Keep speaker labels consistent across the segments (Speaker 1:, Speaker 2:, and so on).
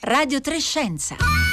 Speaker 1: Radio 3 Scienza.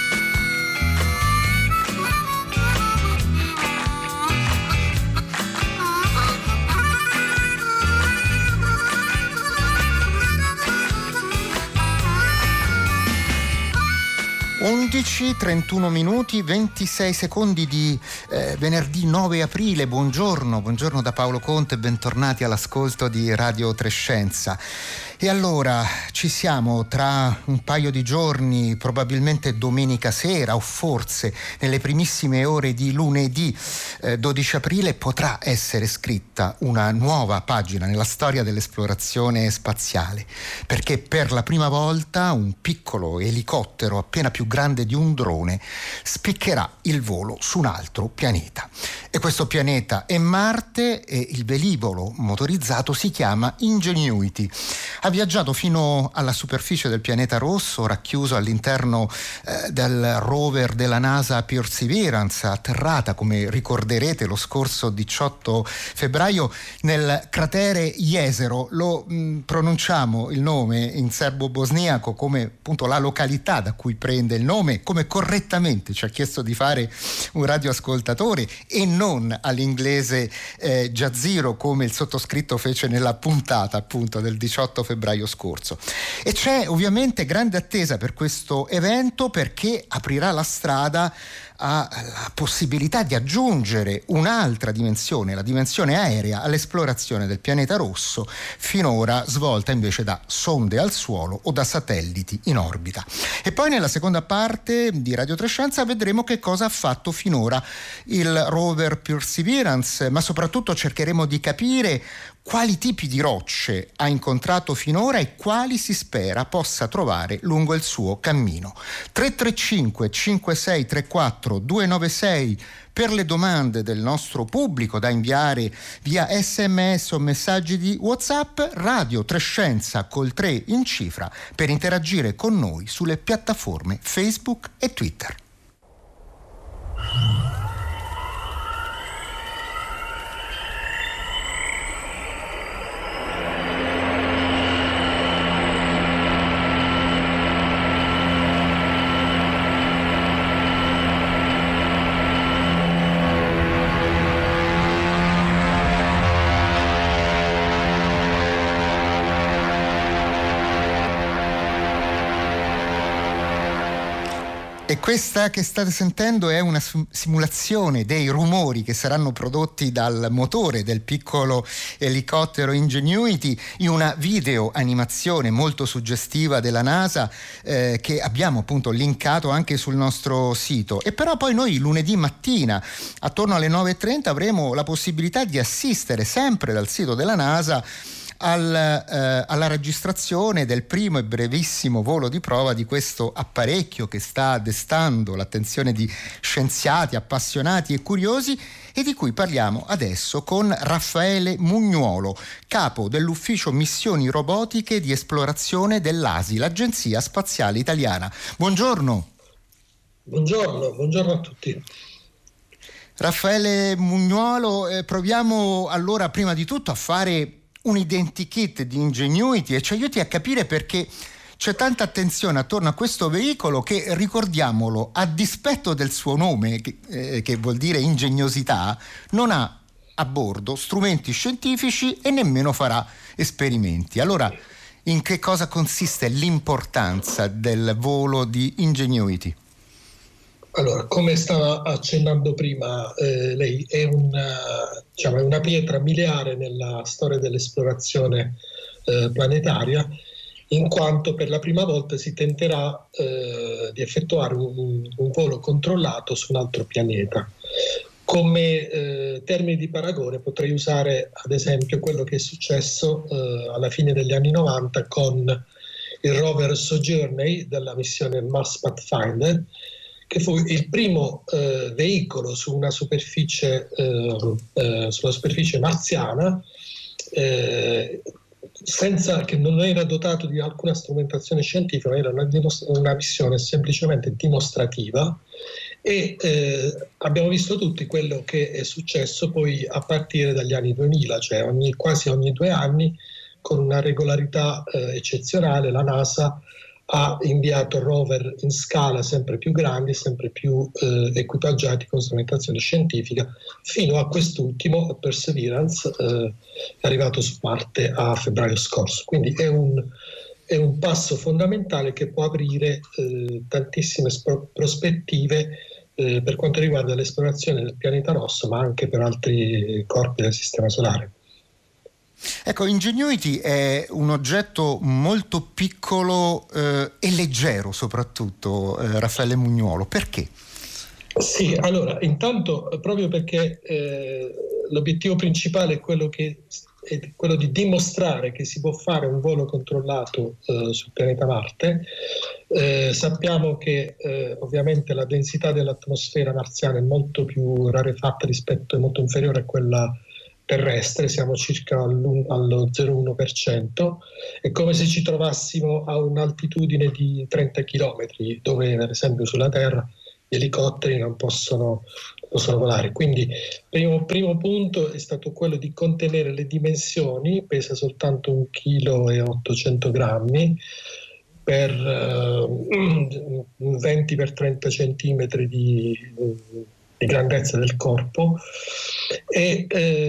Speaker 2: 11:31 minuti 26 secondi di venerdì 9 aprile. Buongiorno da Paolo Conte, bentornati all'ascolto di Radio 3 Scienza. E allora ci siamo tra un paio di giorni, probabilmente domenica sera o forse nelle primissime ore di lunedì 12 aprile potrà essere scritta una nuova pagina nella storia dell'esplorazione spaziale, perché per la prima volta un piccolo elicottero appena più grande di un drone spiccherà il volo su un altro pianeta. E questo pianeta è Marte e il velivolo motorizzato si chiama Ingenuity. Ha viaggiato fino alla superficie del pianeta rosso, racchiuso all'interno del rover della NASA Perseverance, atterrata, come ricorderete, lo scorso 18 febbraio nel cratere Jezero. Lo pronunciamo il nome in serbo-bosniaco come appunto la località da cui prende il nome, come correttamente ci ha chiesto di fare un radioascoltatore, e non all'inglese Jazero come il sottoscritto fece nella puntata appunto del 18 febbraio scorso. E c'è ovviamente grande attesa per questo evento, perché aprirà la strada alla possibilità di aggiungere un'altra dimensione, la dimensione aerea, all'esplorazione del pianeta rosso, finora svolta invece da sonde al suolo o da satelliti in orbita. E poi nella seconda parte di Radio 3 Scienza vedremo che cosa ha fatto finora il rover Perseverance, ma soprattutto cercheremo di capire quali tipi di rocce ha incontrato finora e quali si spera possa trovare lungo il suo cammino. 335 5634 296 per le domande del nostro pubblico da inviare via SMS o messaggi di WhatsApp, Radio 3 Scienza col 3 in cifra per interagire con noi sulle piattaforme Facebook e Twitter. E questa che state sentendo è una simulazione dei rumori che saranno prodotti dal motore del piccolo elicottero Ingenuity in una video animazione molto suggestiva della NASA che abbiamo appunto linkato anche sul nostro sito. E però poi noi lunedì mattina attorno alle 9:30 avremo la possibilità di assistere sempre dal sito della NASA alla registrazione del primo e brevissimo volo di prova di questo apparecchio che sta destando l'attenzione di scienziati appassionati e curiosi, e di cui parliamo adesso con Raffaele Mugnuolo, capo dell'ufficio missioni robotiche di esplorazione dell'ASI, l'Agenzia Spaziale Italiana. Buongiorno.
Speaker 3: Buongiorno a tutti.
Speaker 2: Raffaele Mugnuolo, proviamo allora prima di tutto a fare un identikit di Ingenuity e ci aiuti a capire perché c'è tanta attenzione attorno a questo veicolo che, ricordiamolo, a dispetto del suo nome, che vuol dire ingegnosità, non ha a bordo strumenti scientifici e nemmeno farà esperimenti. Allora, in che cosa consiste l'importanza del volo di Ingenuity?
Speaker 3: Allora, come stava accennando prima lei, è una pietra miliare nella storia dell'esplorazione planetaria, in quanto per la prima volta si tenterà di effettuare un volo controllato su un altro pianeta. Come termine di paragone potrei usare ad esempio quello che è successo alla fine degli anni 90 con il rover Sojourner della missione Mars Pathfinder, che fu il primo veicolo su una superficie, sulla superficie marziana, senza che non era dotato di alcuna strumentazione scientifica, era una missione semplicemente dimostrativa, e abbiamo visto tutti quello che è successo poi a partire dagli anni 2000, cioè quasi ogni 2 anni, con una regolarità eccezionale, la NASA ha inviato rover in scala sempre più grandi, sempre più equipaggiati con strumentazione scientifica, fino a quest'ultimo, Perseverance, è arrivato su Marte a febbraio scorso. Quindi è un passo fondamentale che può aprire tantissime prospettive per quanto riguarda l'esplorazione del pianeta rosso, ma anche per altri corpi del Sistema Solare.
Speaker 2: Ecco, Ingenuity è un oggetto molto piccolo e leggero soprattutto, Raffaele Mugnuolo. Perché?
Speaker 3: Sì, allora, intanto proprio perché l'obiettivo principale è quello di dimostrare che si può fare un volo controllato sul pianeta Marte. Sappiamo che ovviamente la densità dell'atmosfera marziana è molto più rarefatta è molto inferiore a quella terrestre, siamo circa allo 0,1%. È come se ci trovassimo a un'altitudine di 30 km, dove per esempio sulla Terra gli elicotteri non possono volare. Quindi primo punto è stato quello di contenere le dimensioni, pesa soltanto 1,8 kg per 20 x 30 centimetri di grandezza del corpo, e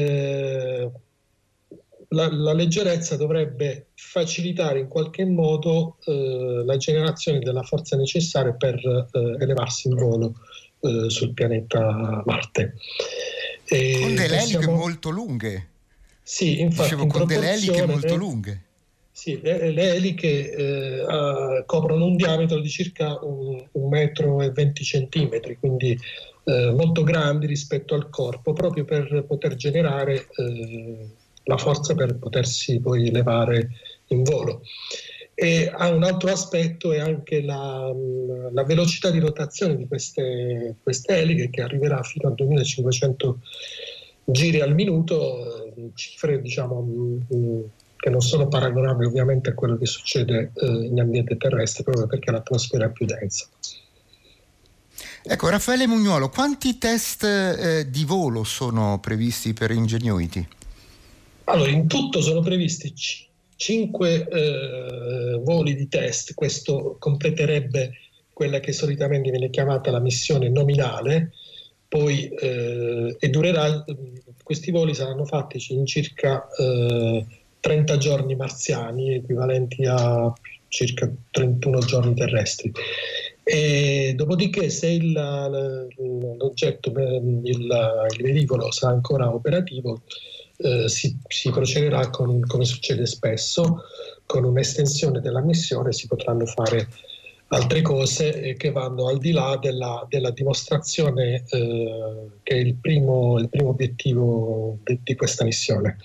Speaker 3: la leggerezza dovrebbe facilitare in qualche modo la generazione della forza necessaria per elevarsi in volo sul pianeta Marte.
Speaker 2: Con delle eliche molto lunghe.
Speaker 3: Sì, infatti.
Speaker 2: Dicevo, con delle eliche molto lunghe.
Speaker 3: Sì, le eliche coprono un diametro di circa 1,20 m, quindi molto grandi rispetto al corpo, proprio per poter generare la forza per potersi poi elevare in volo. E ha un altro aspetto, è anche la velocità di rotazione di queste eliche, che arriverà fino a 2500 giri al minuto, cifre che non sono paragonabili ovviamente a quello che succede in ambiente terrestre, proprio perché l'atmosfera è più densa.
Speaker 2: Ecco, Raffaele Mugnuolo, quanti test di volo sono previsti per Ingenuity?
Speaker 3: Allora, in tutto sono previsti 5 voli di test. Questo completerebbe quella che solitamente viene chiamata la missione nominale, poi e durerà. Questi voli saranno fatti in circa 30 giorni marziani, equivalenti a circa 31 giorni terrestri. E dopodiché, se l'oggetto, il velivolo sarà ancora operativo, si procederà come succede spesso, con un'estensione della missione. Si potranno fare altre cose che vanno al di là della dimostrazione, che è il primo obiettivo di questa missione.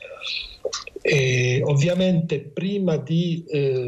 Speaker 3: E ovviamente prima di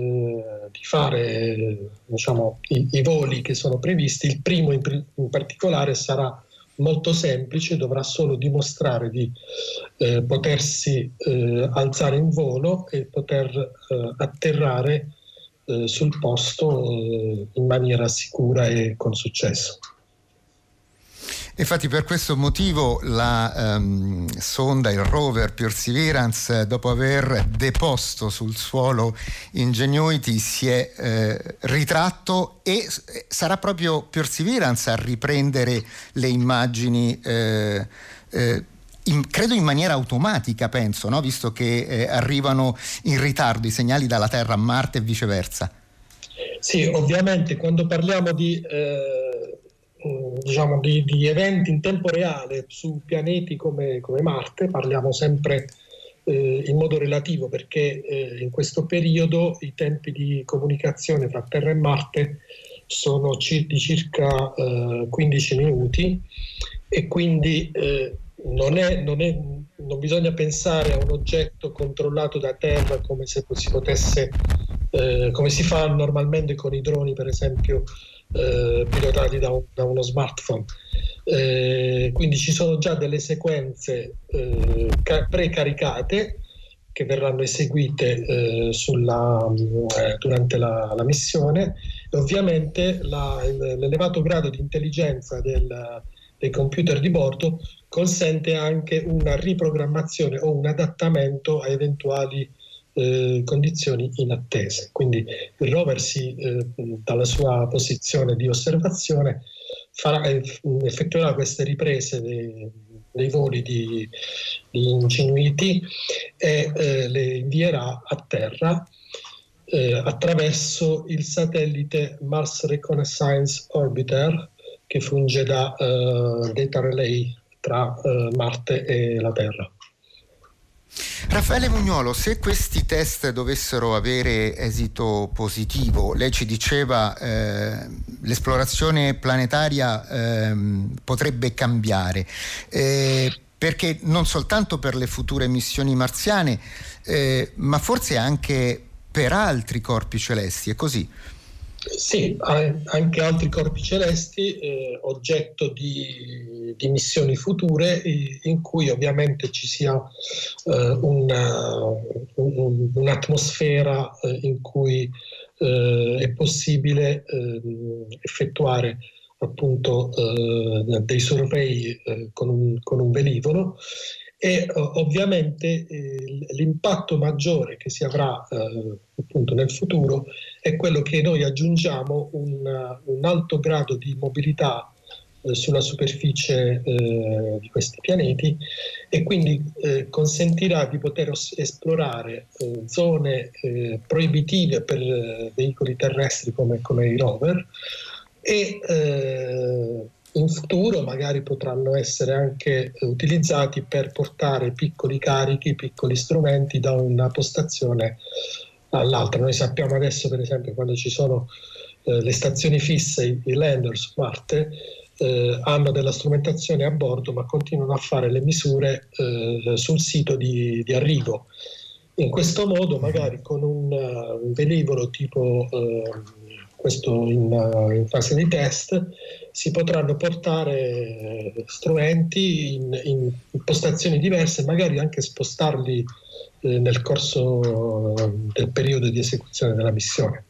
Speaker 3: fare i voli che sono previsti, il primo in particolare sarà molto semplice, dovrà solo dimostrare di potersi alzare in volo e poter atterrare sul posto in maniera sicura e con successo.
Speaker 2: Infatti, per questo motivo la sonda, il rover Perseverance, dopo aver deposto sul suolo Ingenuity, si è ritratto, e sarà proprio Perseverance a riprendere le immagini, credo in maniera automatica, penso, no? Visto che arrivano in ritardo i segnali dalla Terra a Marte e viceversa.
Speaker 3: Sì, ovviamente quando parliamo di eventi in tempo reale su pianeti come Marte, parliamo sempre in modo relativo, perché in questo periodo i tempi di comunicazione fra Terra e Marte sono di circa 15 minuti, e quindi non bisogna pensare a un oggetto controllato da Terra come se si potesse, come si fa normalmente con i droni, per esempio, pilotati da uno smartphone. Quindi ci sono già delle sequenze precaricate che verranno eseguite durante la missione, e ovviamente l'elevato grado di intelligenza dei computer di bordo consente anche una riprogrammazione o un adattamento a eventuali condizioni inattese. Quindi il rover dalla sua posizione di osservazione effettuerà queste riprese dei voli di Ingenuity e le invierà a terra attraverso il satellite Mars Reconnaissance Orbiter, che funge da data relay tra Marte e la Terra.
Speaker 2: Raffaele Mugnuolo, se questi test dovessero avere esito positivo, lei ci diceva l'esplorazione planetaria potrebbe cambiare, perché non soltanto per le future missioni marziane, ma forse anche per altri corpi celesti, è così?
Speaker 3: Sì, anche altri corpi celesti oggetto di missioni future in cui ovviamente ci sia un'atmosfera in cui è possibile effettuare appunto dei sorvei con un velivolo. E ovviamente l'impatto maggiore che si avrà appunto nel futuro è quello che noi aggiungiamo un alto grado di mobilità sulla superficie di questi pianeti, e quindi consentirà di poter esplorare zone proibitive per veicoli terrestri come i rover, e in futuro magari potranno essere anche utilizzati per portare piccoli carichi, piccoli strumenti da una postazione all'altra. Noi sappiamo adesso, per esempio, quando ci sono le stazioni fisse, i lander su Marte, hanno della strumentazione a bordo, ma continuano a fare le misure sul sito di arrivo. In questo modo, magari con un velivolo tipo questo in fase di test, si potranno portare strumenti in postazioni diverse, magari anche spostarli nel corso del periodo di esecuzione della missione.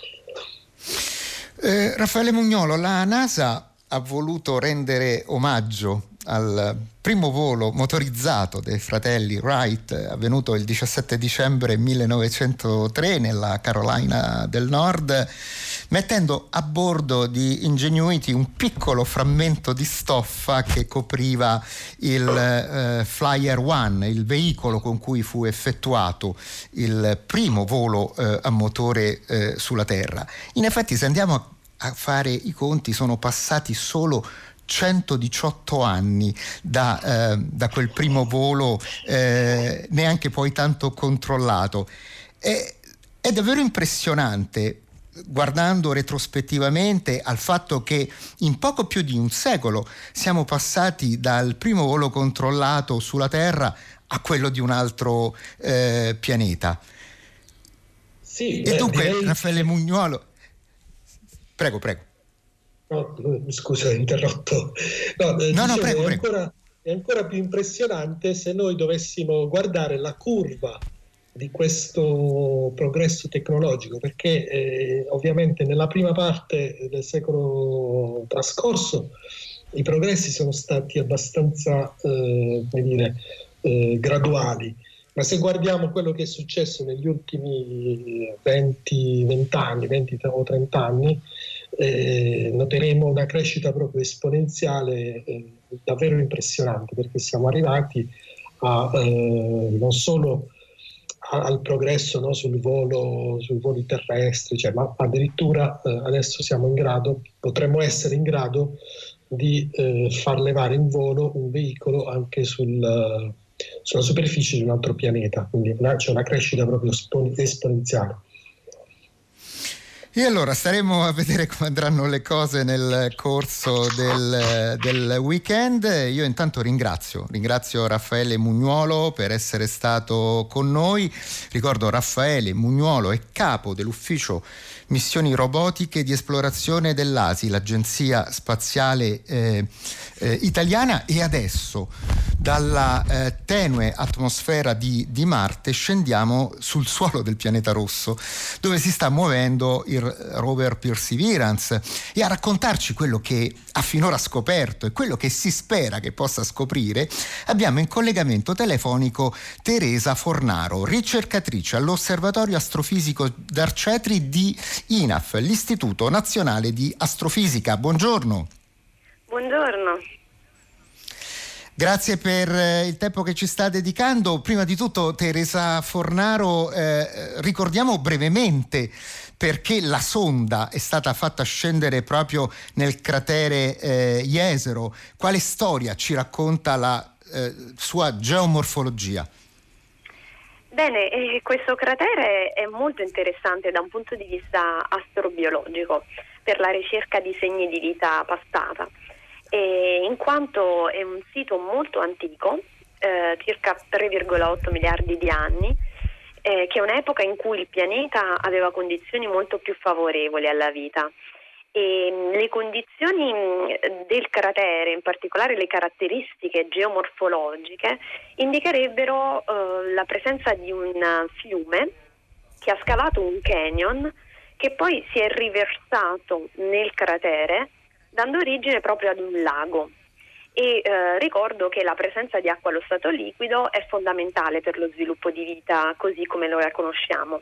Speaker 2: Raffaele Mugnuolo, la NASA ha voluto rendere omaggio al primo volo motorizzato dei fratelli Wright, avvenuto il 17 dicembre 1903 nella Carolina del Nord, mettendo a bordo di Ingenuity un piccolo frammento di stoffa che copriva il Flyer One, il veicolo con cui fu effettuato il primo volo a motore sulla Terra. In effetti, se andiamo a fare i conti, sono passati solo 118 anni da quel primo volo, neanche poi tanto controllato. È davvero impressionante, guardando retrospettivamente, al fatto che in poco più di un secolo siamo passati dal primo volo controllato sulla Terra a quello di un altro pianeta.
Speaker 3: Sì,
Speaker 2: e dunque, Raffaele Mugnuolo, prego.
Speaker 3: No, scusa, ho interrotto. No, prego. È ancora più impressionante se noi dovessimo guardare la curva di questo progresso tecnologico, perché ovviamente nella prima parte del secolo trascorso i progressi sono stati abbastanza graduali, ma se guardiamo quello che è successo negli ultimi 20 anni, 20 o 30 anni, noteremo una crescita proprio esponenziale davvero impressionante, perché siamo arrivati non solo al progresso, no, sui voli terrestri, ma addirittura adesso potremmo essere in grado di far levare in volo un veicolo anche sulla superficie di un altro pianeta, quindi c'è una crescita proprio esponenziale.
Speaker 2: E allora staremo a vedere come andranno le cose nel corso del weekend. Io intanto ringrazio Raffaele Mugnuolo per essere stato con noi. Ricordo, Raffaele Mugnuolo è capo dell'ufficio missioni robotiche di esplorazione dell'ASI, l'Agenzia Spaziale Italiana, e adesso dalla tenue atmosfera di Marte scendiamo sul suolo del pianeta rosso, dove si sta muovendo il rover Perseverance e a raccontarci quello che ha finora scoperto e quello che si spera che possa scoprire, abbiamo in collegamento telefonico Teresa Fornaro, ricercatrice all'Osservatorio Astrofisico d'Arcetri di INAF, l'Istituto Nazionale di Astrofisica. Buongiorno.
Speaker 1: Buongiorno.
Speaker 2: Grazie per il tempo che ci sta dedicando. Prima di tutto, Teresa Fornaro, ricordiamo brevemente perché la sonda è stata fatta scendere proprio nel cratere Jesero. Quale storia ci racconta la sua geomorfologia?
Speaker 1: Bene, questo cratere è molto interessante da un punto di vista astrobiologico per la ricerca di segni di vita passata, in quanto è un sito molto antico, circa 3,8 miliardi di anni, che è un'epoca in cui il pianeta aveva condizioni molto più favorevoli alla vita. E le condizioni del cratere, in particolare le caratteristiche geomorfologiche, indicherebbero la presenza di un fiume che ha scavato un canyon che poi si è riversato nel cratere, dando origine proprio ad un lago. E ricordo che la presenza di acqua allo stato liquido è fondamentale per lo sviluppo di vita così come lo conosciamo.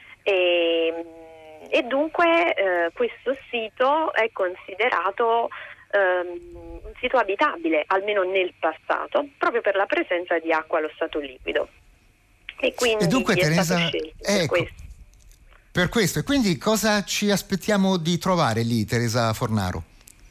Speaker 1: E dunque questo sito è considerato un sito abitabile, almeno nel passato, proprio per la presenza di acqua allo stato liquido. E quindi
Speaker 2: dunque,
Speaker 1: è
Speaker 2: Teresa,
Speaker 1: stato scelto
Speaker 2: per questo. E quindi cosa ci aspettiamo di trovare lì, Teresa Fornaro?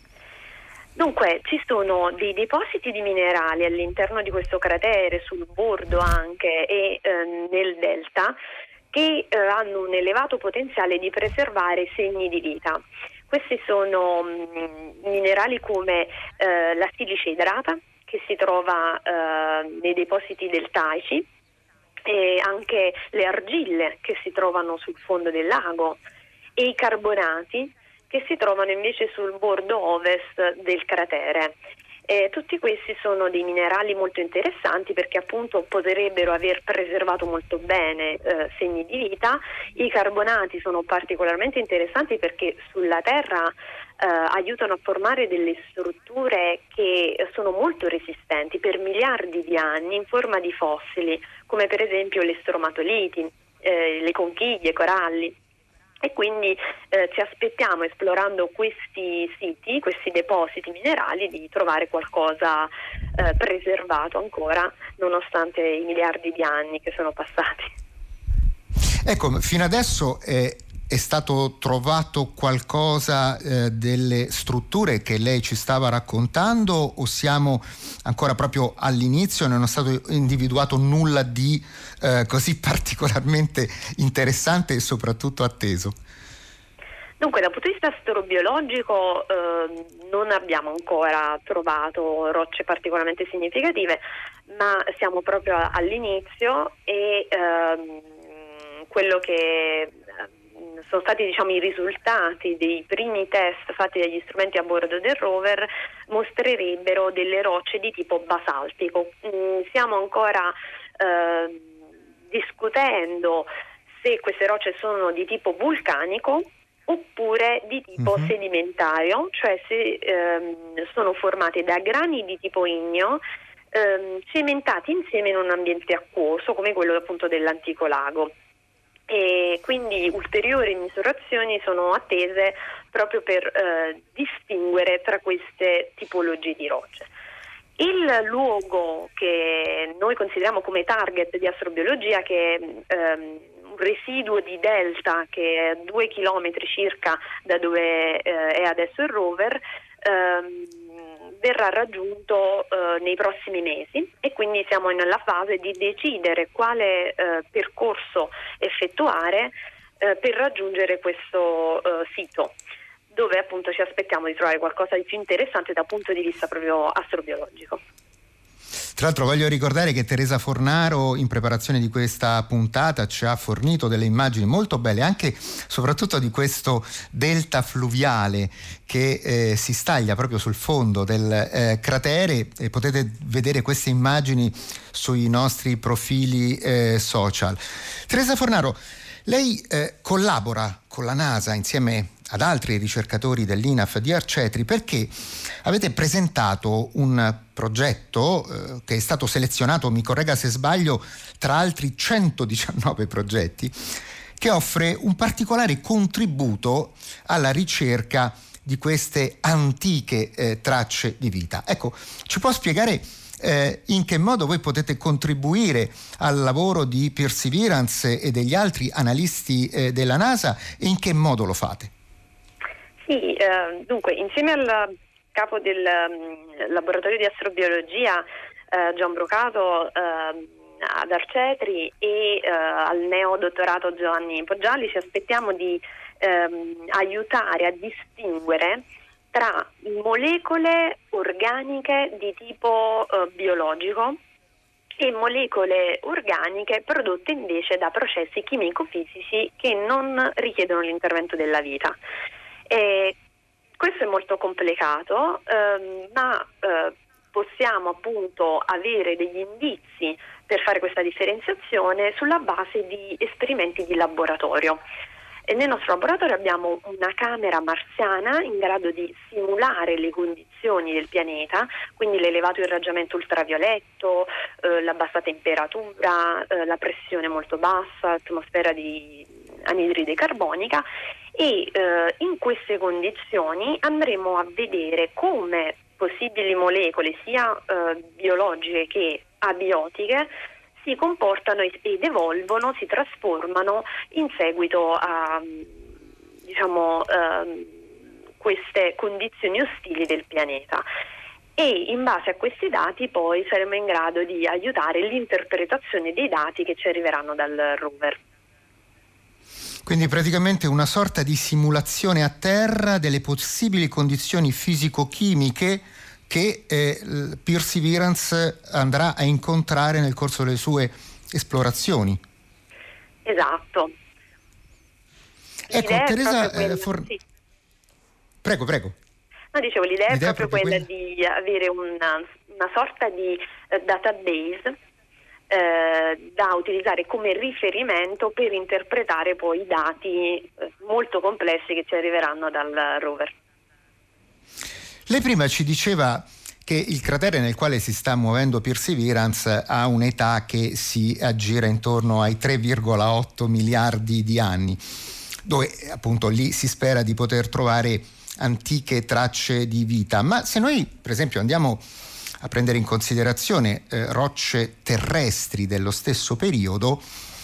Speaker 1: Dunque, ci sono dei depositi di minerali all'interno di questo cratere, sul bordo anche e nel delta, che hanno un elevato potenziale di preservare segni di vita. Questi sono minerali come la silice idrata, che si trova nei depositi deltaici, e anche le argille che si trovano sul fondo del lago, e i carbonati che si trovano invece sul bordo ovest del cratere. Tutti questi sono dei minerali molto interessanti perché appunto potrebbero aver preservato molto bene segni di vita. I carbonati sono particolarmente interessanti perché sulla Terra aiutano a formare delle strutture che sono molto resistenti per miliardi di anni in forma di fossili, come per esempio le stromatoliti, le conchiglie, i coralli. E quindi ci aspettiamo, esplorando questi siti, questi depositi minerali, di trovare qualcosa preservato ancora, nonostante i miliardi di anni che sono passati.
Speaker 2: Ecco, fino adesso è stato trovato qualcosa delle strutture che lei ci stava raccontando, o siamo ancora proprio all'inizio e non è stato individuato nulla di così particolarmente interessante e soprattutto atteso?
Speaker 1: Dunque, dal punto di vista astrobiologico non abbiamo ancora trovato rocce particolarmente significative, ma siamo proprio all'inizio e quello che sono stati, diciamo, i risultati dei primi test fatti dagli strumenti a bordo del rover mostrerebbero delle rocce di tipo basaltico. Stiamo ancora discutendo se queste rocce sono di tipo vulcanico oppure di tipo sedimentario, cioè se sono formate da grani di tipo igneo cementati insieme in un ambiente acquoso come quello appunto dell'antico lago. E quindi ulteriori misurazioni sono attese proprio per distinguere tra queste tipologie di rocce. Il luogo che noi consideriamo come target di astrobiologia, che è un residuo di delta che è a 2 chilometri circa da dove è adesso il rover, verrà raggiunto nei prossimi mesi, e quindi siamo nella fase di decidere quale percorso effettuare per raggiungere questo sito, dove appunto ci aspettiamo di trovare qualcosa di più interessante dal punto di vista proprio astrobiologico.
Speaker 2: Tra l'altro voglio ricordare che Teresa Fornaro, in preparazione di questa puntata, ci ha fornito delle immagini molto belle, anche soprattutto di questo delta fluviale che si staglia proprio sul fondo del cratere, e potete vedere queste immagini sui nostri profili social. Teresa Fornaro, Lei collabora con la NASA insieme ad altri ricercatori dell'INAF di Arcetri perché avete presentato un progetto che è stato selezionato, mi corregga se sbaglio, tra altri 119 progetti, che offre un particolare contributo alla ricerca di queste antiche tracce di vita. Ecco, ci può spiegare in che modo voi potete contribuire al lavoro di Perseverance e degli altri analisti della NASA e in che modo lo fate?
Speaker 1: Sì, dunque insieme al capo del laboratorio di astrobiologia Gian Brocato ad Arcetri e al neodottorato Giovanni Poggiali ci aspettiamo di aiutare a distinguere tra molecole organiche di tipo biologico e molecole organiche prodotte invece da processi chimico-fisici che non richiedono l'intervento della vita. Questo è molto complicato, ma possiamo appunto avere degli indizi per fare questa differenziazione sulla base di esperimenti di laboratorio. E nel nostro laboratorio abbiamo una camera marziana in grado di simulare le condizioni del pianeta, quindi l'elevato irraggiamento ultravioletto, la bassa temperatura, la pressione molto bassa, atmosfera di anidride carbonica, e in queste condizioni andremo a vedere come possibili molecole sia biologiche che abiotiche si comportano ed evolvono, si trasformano in seguito a queste condizioni ostili del pianeta. E in base a questi dati poi saremo in grado di aiutare l'interpretazione dei dati che ci arriveranno dal rover.
Speaker 2: Quindi praticamente una sorta di simulazione a terra delle possibili condizioni fisico-chimiche che Perseverance andrà a incontrare nel corso delle sue esplorazioni.
Speaker 1: Esatto.
Speaker 2: Ecco, Teresa,
Speaker 1: sì.
Speaker 2: Prego.
Speaker 1: No, dicevo, l'idea è proprio quella di avere una sorta di database da utilizzare come riferimento per interpretare poi i dati molto complessi che ci arriveranno dal rover.
Speaker 2: Lei prima ci diceva che il cratere nel quale si sta muovendo Perseverance ha un'età che si aggira intorno ai 3,8 miliardi di anni, dove appunto lì si spera di poter trovare antiche tracce di vita. Ma se noi per esempio andiamo a prendere in considerazione rocce terrestri dello stesso periodo,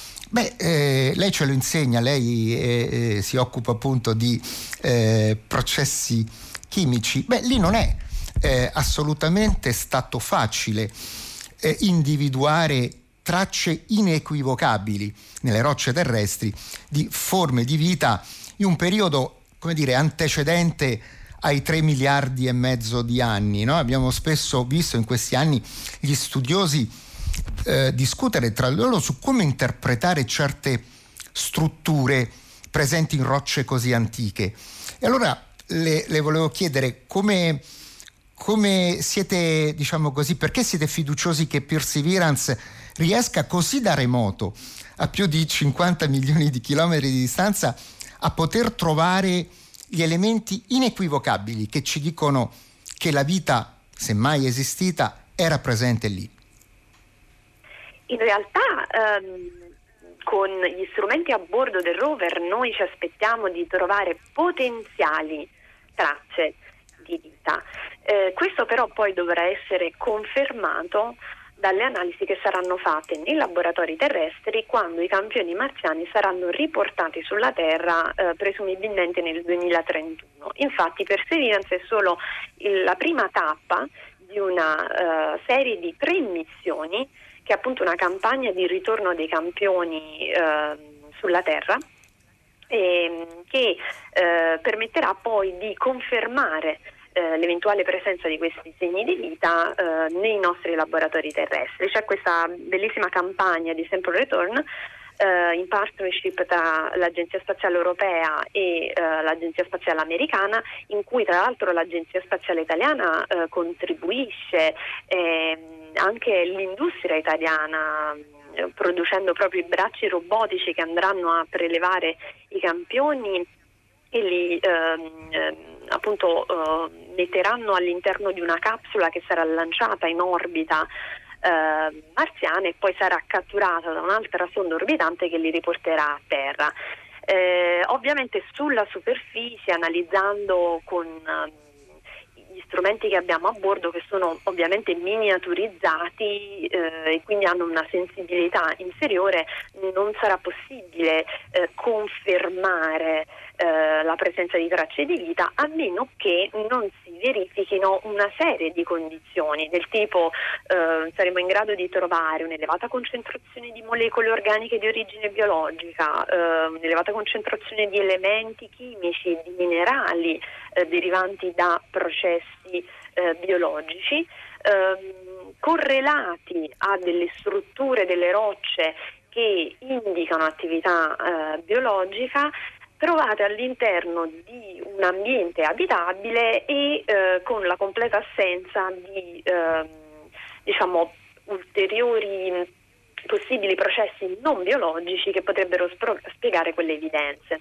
Speaker 2: lei ce lo insegna, lei si occupa appunto di processi chimici, lì non è assolutamente stato facile individuare tracce inequivocabili nelle rocce terrestri di forme di vita in un periodo, come dire, antecedente ai 3 miliardi e mezzo di anni, no? Abbiamo spesso visto in questi anni gli studiosi discutere tra loro su come interpretare certe strutture presenti in rocce così antiche. E allora le volevo chiedere come siete, diciamo così, perché siete fiduciosi che Perseverance riesca così da remoto, a più di 50 milioni di chilometri di distanza, a poter trovare gli elementi inequivocabili che ci dicono che la vita, se mai esistita, era presente lì?
Speaker 1: In realtà con gli strumenti a bordo del rover noi ci aspettiamo di trovare potenziali tracce di vita. Questo però poi dovrà essere confermato dalle analisi che saranno fatte nei laboratori terrestri quando i campioni marziani saranno riportati sulla Terra presumibilmente nel 2031. Infatti Perseverance è solo la prima tappa di una serie di 3 missioni che è appunto una campagna di ritorno dei campioni sulla Terra che permetterà poi di confermare l'eventuale presenza di questi segni di vita nei nostri laboratori terrestri. C'è questa bellissima campagna di Sample Return in partnership tra l'Agenzia Spaziale Europea e l'Agenzia Spaziale Americana, in cui tra l'altro l'Agenzia Spaziale Italiana contribuisce, anche l'industria italiana producendo proprio i bracci robotici che andranno a prelevare i campioni e li appunto metteranno all'interno di una capsula che sarà lanciata in orbita marziana e poi sarà catturata da un'altra sonda orbitante che li riporterà a terra. Ovviamente sulla superficie, analizzando con gli strumenti che abbiamo a bordo, che sono ovviamente miniaturizzati e quindi hanno una sensibilità inferiore, non sarà possibile confermare la presenza di tracce di vita, a meno che non si verifichino una serie di condizioni del tipo saremo in grado di trovare un'elevata concentrazione di molecole organiche di origine biologica, un'elevata concentrazione di elementi chimici, di minerali derivanti da processi biologici correlati a delle strutture delle rocce che indicano attività biologica, trovate all'interno di un ambiente abitabile e con la completa assenza di ulteriori possibili processi non biologici che potrebbero spiegare quelle evidenze.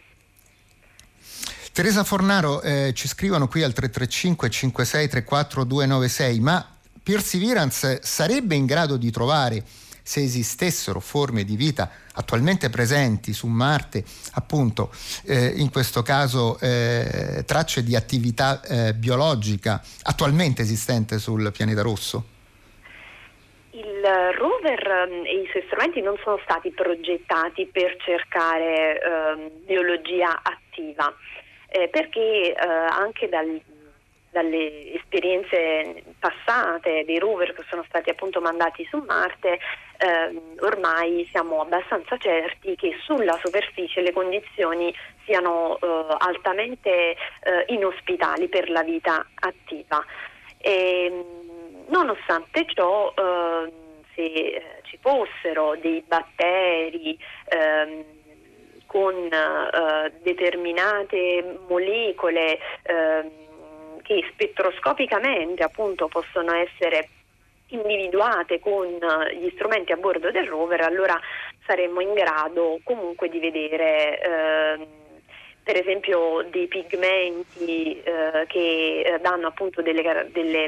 Speaker 2: Teresa Fornaro, ci scrivono qui al 335 56 34 296, ma Perseverance sarebbe in grado di trovare, se esistessero forme di vita attualmente presenti su Marte, appunto in questo caso tracce di attività biologica attualmente esistente sul pianeta rosso?
Speaker 1: Il rover e i suoi strumenti non sono stati progettati per cercare biologia attiva, perché anche dalle esperienze passate dei rover che sono stati appunto mandati su Marte, ormai siamo abbastanza certi che sulla superficie le condizioni siano altamente inospitali per la vita attiva. Nonostante ciò, se ci fossero dei batteri con determinate molecole che spettroscopicamente appunto possono essere individuate con gli strumenti a bordo del rover, allora saremmo in grado comunque di vedere per esempio dei pigmenti che danno appunto dal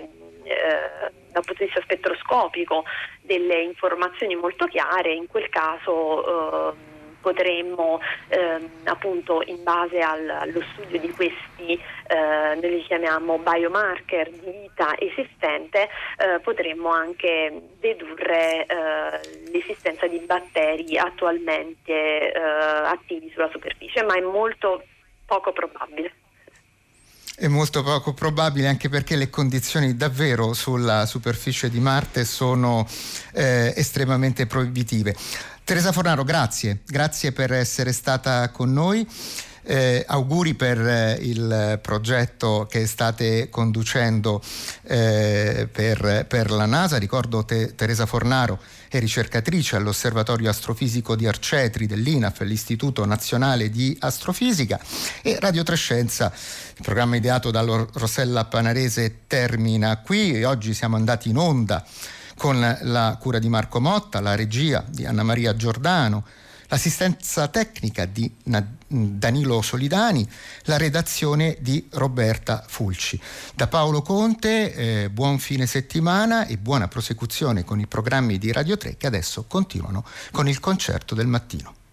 Speaker 1: punto di vista spettroscopico delle informazioni molto chiare. In quel caso potremmo appunto, in base allo studio di questi noi li chiamiamo biomarker di vita esistente, potremmo anche dedurre l'esistenza di batteri attualmente attivi sulla superficie, ma è molto poco probabile.
Speaker 2: È molto poco probabile, anche perché le condizioni davvero sulla superficie di Marte sono estremamente proibitive. Teresa Fornaro, grazie per essere stata con noi. Auguri per il progetto che state conducendo per la NASA. Ricordo Teresa Fornaro è ricercatrice all'Osservatorio Astrofisico di Arcetri dell'INAF, l'Istituto Nazionale di Astrofisica, e Radio Trescenza, il programma ideato da Rossella Panarese, termina qui. E oggi siamo andati in onda con la cura di Marco Motta, la regia di Anna Maria Giordano, l'assistenza tecnica di Danilo Solidani, la redazione di Roberta Fulci. Da Paolo Conte, buon fine settimana e buona prosecuzione con i programmi di Radio 3 che adesso continuano con il concerto del mattino.